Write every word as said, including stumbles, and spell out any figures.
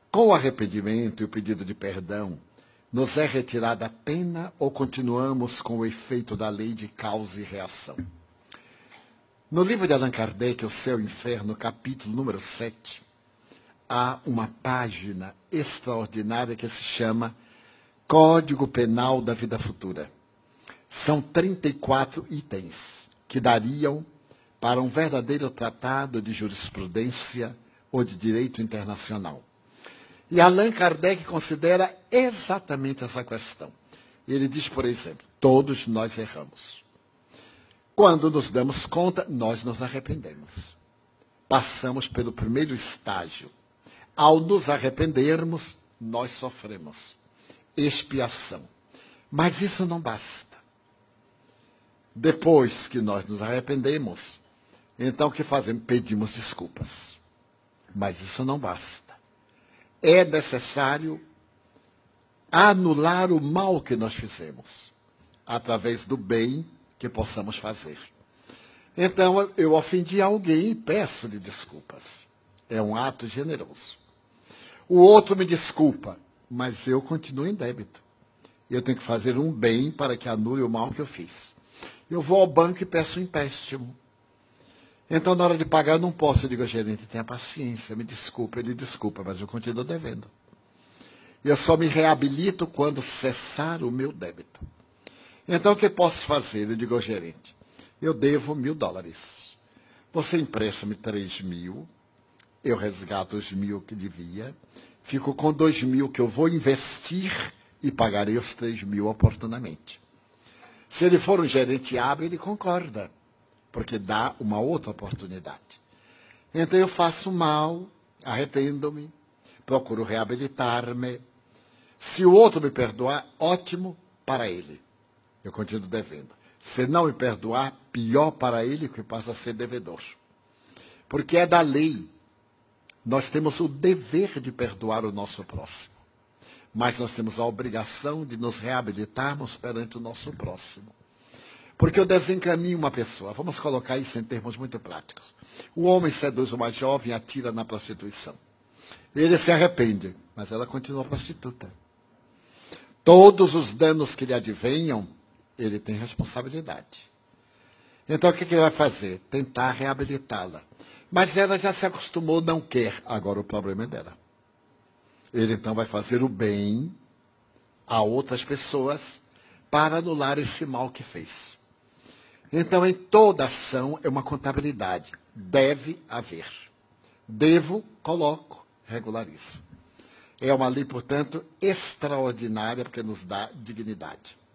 Com o arrependimento e o pedido de perdão, nos é retirada a pena ou continuamos com o efeito da lei de causa e reação? No livro de Allan Kardec, O Céu e o Inferno, capítulo número sete, há uma página extraordinária que se chama Código Penal da Vida Futura. São trinta e quatro itens que dariam para um verdadeiro tratado de jurisprudência ou de direito internacional. E Allan Kardec considera exatamente essa questão. Ele diz, por exemplo, todos nós erramos. Quando nos damos conta, nós nos arrependemos. Passamos pelo primeiro estágio. Ao nos arrependermos, nós sofremos expiação. Mas isso não basta. Depois que nós nos arrependemos, então o que fazemos? Pedimos desculpas. Mas isso não basta. É necessário anular o mal que nós fizemos, através do bem que possamos fazer. Então, eu ofendi alguém e peço-lhe desculpas. É um ato generoso. O outro me desculpa, mas eu continuo em débito. Eu tenho que fazer um bem para que anule o mal que eu fiz. Eu vou ao banco e peço um empréstimo. Então, na hora de pagar, eu não posso. Eu digo, gerente, tenha paciência, me desculpa. Ele desculpa, mas eu continuo devendo. Eu só me reabilito quando cessar o meu débito. Então, o que posso fazer? Eu digo ao gerente, eu devo mil dólares. Você empresta-me três mil, eu resgato os mil que devia, fico com dois mil que eu vou investir e pagarei os três mil oportunamente. Se ele for um gerente hábil, ele concorda, porque dá uma outra oportunidade. Então eu faço mal, arrependo-me, procuro reabilitar-me. Se o outro me perdoar, ótimo para ele. Eu continuo devendo. Se não me perdoar, pior para ele, que passa a ser devedor. Porque é da lei. Nós temos o dever de perdoar o nosso próximo. Mas nós temos a obrigação de nos reabilitarmos perante o nosso próximo. Porque eu desencaminho uma pessoa. Vamos colocar isso em termos muito práticos. O homem seduz uma jovem e atira na prostituição. Ele se arrepende, mas ela continua prostituta. Todos os danos que lhe advenham, ele tem responsabilidade. Então, o que ele vai fazer? Tentar reabilitá-la. Mas ela já se acostumou, não quer. Agora o problema é dela. Ele, então, vai fazer o bem a outras pessoas para anular esse mal que fez. Então, em toda ação, é uma contabilidade. Deve haver. Devo, coloco, regularizo. É uma lei, portanto, extraordinária, porque nos dá dignidade.